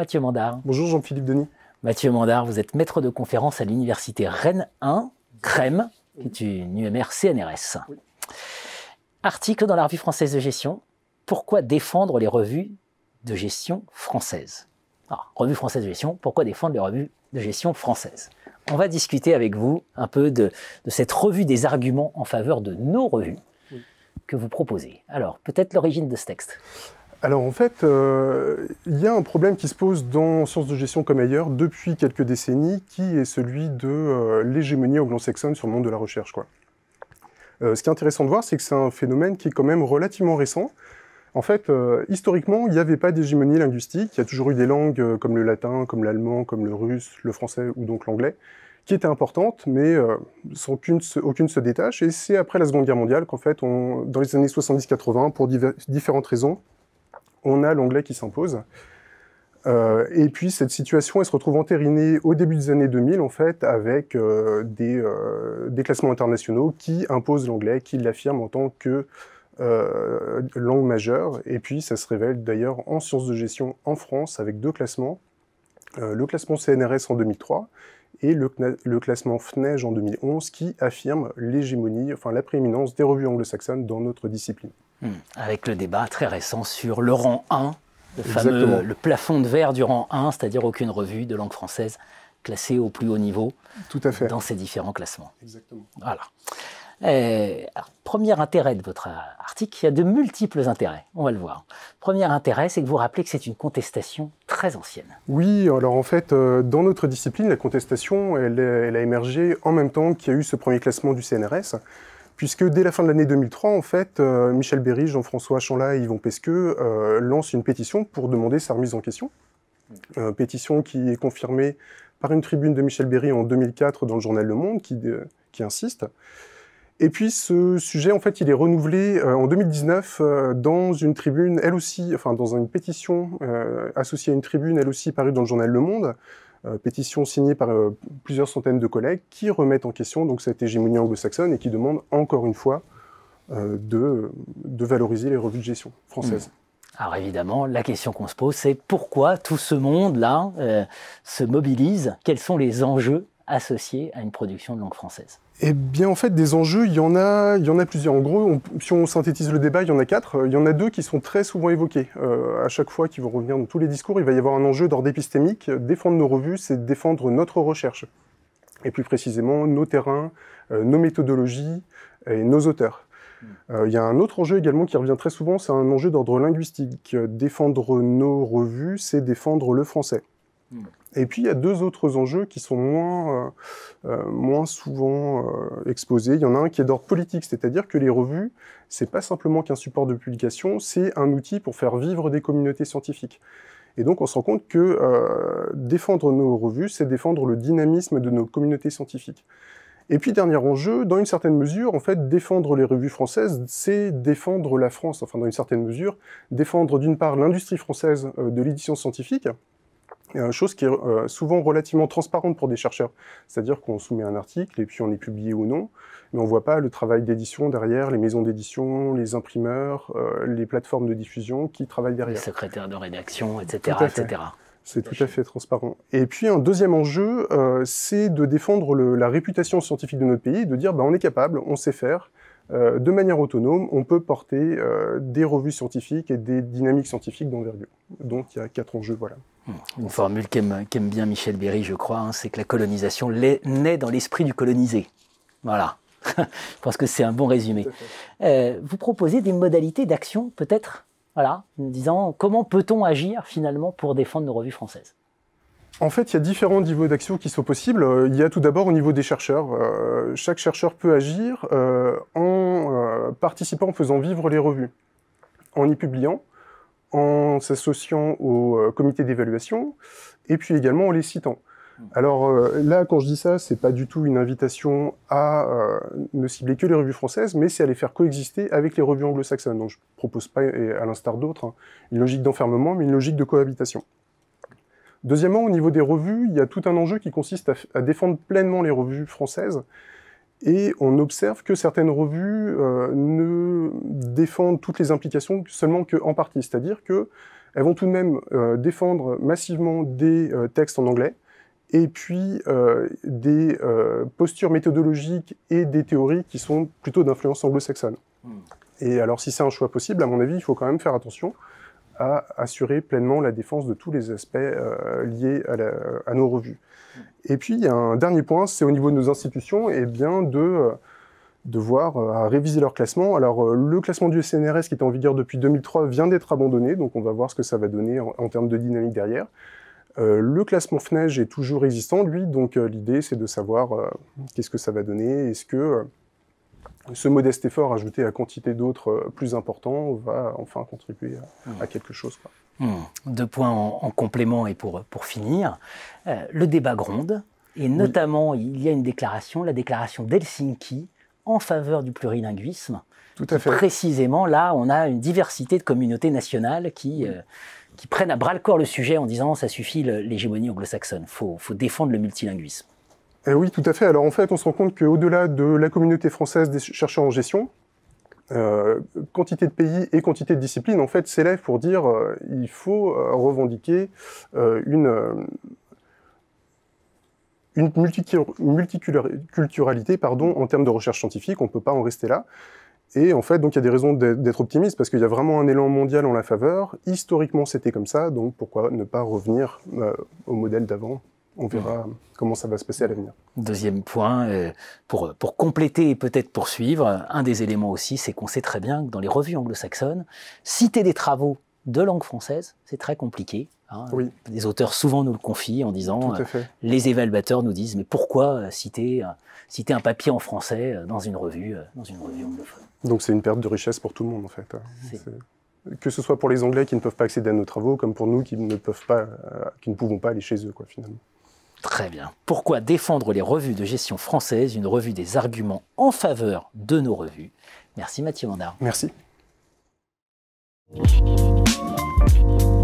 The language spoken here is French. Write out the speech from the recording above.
Mathieu Mandard. Bonjour Jean-Philippe Denis. Mathieu Mandard, vous êtes maître de conférence à l'université Rennes 1, CREM, qui est une UMR CNRS. Oui. Article dans la revue française de gestion. Pourquoi défendre les revues de gestion françaises? Alors, revue française de gestion, pourquoi défendre les revues de gestion françaises? On va discuter avec vous un peu de cette revue des arguments en faveur de nos revues que vous proposez. Alors, peut-être l'origine de ce texte. Alors en fait, il y a un problème qui se pose dans sciences de gestion comme ailleurs depuis quelques décennies, qui est celui de l'hégémonie anglo-saxonne sur le monde de la recherche, quoi. Ce qui est intéressant de voir, c'est que c'est un phénomène qui est quand même relativement récent. En fait, historiquement, il n'y avait pas d'hégémonie linguistique. Il y a toujours eu des langues comme le latin, comme l'allemand, comme le russe, le français ou donc l'anglais, qui étaient importantes, mais sans aucune se détache. Et c'est après la Seconde Guerre mondiale qu'en fait, dans les années 70-80, pour différentes raisons, on a l'anglais qui s'impose. Et puis cette situation, elle se retrouve entérinée au début des années 2000, en fait, avec des classements internationaux qui imposent l'anglais, qui l'affirment en tant que langue majeure. Et puis ça se révèle d'ailleurs en sciences de gestion en France, avec deux classements. Le classement CNRS en 2003 et le classement FNEJ en 2011, qui affirme l'hégémonie, enfin la prééminence des revues anglo-saxonnes dans notre discipline. Avec le débat très récent sur le rang 1, le plafond de verre du rang 1, c'est-à-dire aucune revue de langue française classée au plus haut niveau. Tout à fait. Dans ces différents classements. Exactement. Voilà. Alors, premier intérêt de votre article, il y a de multiples intérêts, on va le voir. Premier intérêt, c'est que vous rappelez que c'est une contestation très ancienne. Oui, alors en fait, dans notre discipline, la contestation, elle a émergé en même temps qu'il y a eu ce premier classement du CNRS, puisque dès la fin de l'année 2003, en fait, Michel Berry, Jean-François Chanlat et Yvon Pesqueux lancent une pétition pour demander sa remise en question. Pétition qui est confirmée par une tribune de Michel Berry en 2004 dans le journal Le Monde, qui insiste. Et puis ce sujet, en fait, il est renouvelé en 2019 dans une tribune, elle aussi, enfin dans une pétition associée à une tribune, elle aussi parue dans le journal Le Monde, pétition signée par plusieurs centaines de collègues qui remettent en question donc cette hégémonie anglo-saxonne et qui demandent encore une fois de valoriser les revues de gestion françaises. Alors évidemment, la question qu'on se pose, c'est pourquoi tout ce monde-là se mobilise? Quels sont les enjeux associés à une production de langue française? Eh bien, en fait, des enjeux, il y en a plusieurs. En gros, si on synthétise le débat, il y en a 4. Il y en a 2 qui sont très souvent évoqués. À chaque fois, qui vont revenir dans tous les discours, il va y avoir un enjeu d'ordre épistémique. Défendre nos revues, c'est défendre notre recherche. Et plus précisément, nos terrains, nos méthodologies et nos auteurs. Il y a un autre enjeu également qui revient très souvent, c'est un enjeu d'ordre linguistique. Défendre nos revues, c'est défendre le français. Et puis il y a 2 autres enjeux qui sont moins souvent exposés. Il y en a un qui est d'ordre politique, c'est-à-dire que les revues, c'est pas simplement qu'un support de publication, c'est un outil pour faire vivre des communautés scientifiques. Et donc on se rend compte que défendre nos revues, c'est défendre le dynamisme de nos communautés scientifiques. Et puis dernier enjeu, dans une certaine mesure, en fait, défendre les revues françaises, c'est défendre la France, enfin dans une certaine mesure, défendre d'une part l'industrie française de l'édition scientifique, chose qui est souvent relativement transparente pour des chercheurs. C'est-à-dire qu'on soumet un article et puis on est publié ou non, mais on ne voit pas le travail d'édition derrière, les maisons d'édition, les imprimeurs, les plateformes de diffusion qui travaillent derrière. Les secrétaires de rédaction, etc. etc. C'est tout à fait transparent. Et puis un deuxième enjeu, c'est de défendre la réputation scientifique de notre pays, de dire on est capable, on sait faire, de manière autonome, on peut porter des revues scientifiques et des dynamiques scientifiques d'envergure. Donc il y a 4 enjeux, voilà. Une formule qu'aime bien Michel Berry, je crois, c'est que la colonisation naît dans l'esprit du colonisé. Voilà. Je pense que c'est un bon résumé. Vous proposez des modalités d'action, peut-être, voilà, en disant comment peut-on agir finalement pour défendre nos revues françaises? En fait, il y a différents niveaux d'action qui sont possibles. Il y a tout d'abord au niveau des chercheurs. Chaque chercheur peut agir en participant, en faisant vivre les revues, en y publiant, en s'associant au comité d'évaluation, et puis également en les citant. Alors là, quand je dis ça, c'est pas du tout une invitation à ne cibler que les revues françaises, mais c'est à les faire coexister avec les revues anglo-saxonnes. Donc je propose pas, à l'instar d'autres, une logique d'enfermement, mais une logique de cohabitation. Deuxièmement, au niveau des revues, il y a tout un enjeu qui consiste à défendre pleinement les revues françaises, et on observe que certaines revues ne défendent toutes les implications seulement qu'en partie, c'est-à-dire que elles vont tout de même défendre massivement des textes en anglais, et puis des postures méthodologiques et des théories qui sont plutôt d'influence anglo-saxonne. Et alors si c'est un choix possible, à mon avis, il faut quand même faire attention à assurer pleinement la défense de tous les aspects liés à nos revues. Et puis il y a un dernier point, c'est au niveau de nos institutions, et bien de devoir réviser leur classement. Alors le classement du CNRS qui était en vigueur depuis 2003 vient d'être abandonné, donc on va voir ce que ça va donner en termes de dynamique derrière. Le classement FNEJ est toujours existant, lui, donc l'idée c'est de savoir qu'est-ce que ça va donner, est-ce que ce modeste effort ajouté à quantité d'autres plus importants va enfin contribuer à quelque chose, quoi. Deux points en complément et pour finir. Le débat gronde, et notamment il y a une déclaration, la déclaration d'Helsinki, en faveur du plurilinguisme. Tout à fait. Précisément, là, on a une diversité de communautés nationales qui prennent à bras-le-corps le sujet en disant « ça suffit l'hégémonie anglo-saxonne, faut défendre le multilinguisme ». Oui, tout à fait. Alors en fait, on se rend compte qu'au-delà de la communauté française des chercheurs en gestion, quantité de pays et quantité de disciplines, en fait, s'élèvent pour dire il faut revendiquer une multiculturalité en termes de recherche scientifique, on ne peut pas en rester là. Et en fait, donc il y a des raisons d'être optimiste, parce qu'il y a vraiment un élan mondial en la faveur. Historiquement, c'était comme ça, donc pourquoi ne pas revenir au modèle d'avant? On verra comment ça va se passer à l'avenir. Deuxième point, pour compléter et peut-être poursuivre, un des éléments aussi, c'est qu'on sait très bien que dans les revues anglo-saxonnes, citer des travaux de langue française, c'est très compliqué. Oui. Les auteurs souvent nous le confient en disant, les évaluateurs nous disent, mais pourquoi citer un papier en français dans une revue anglophone? Donc c'est une perte de richesse pour tout le monde en fait. Que ce soit pour les Anglais qui ne peuvent pas accéder à nos travaux, comme pour nous qui ne pouvons pas aller chez eux, quoi, finalement. Très bien. Pourquoi défendre les revues de gestion françaises, une revue des arguments en faveur de nos revues? Merci Mathieu Mandard. Merci.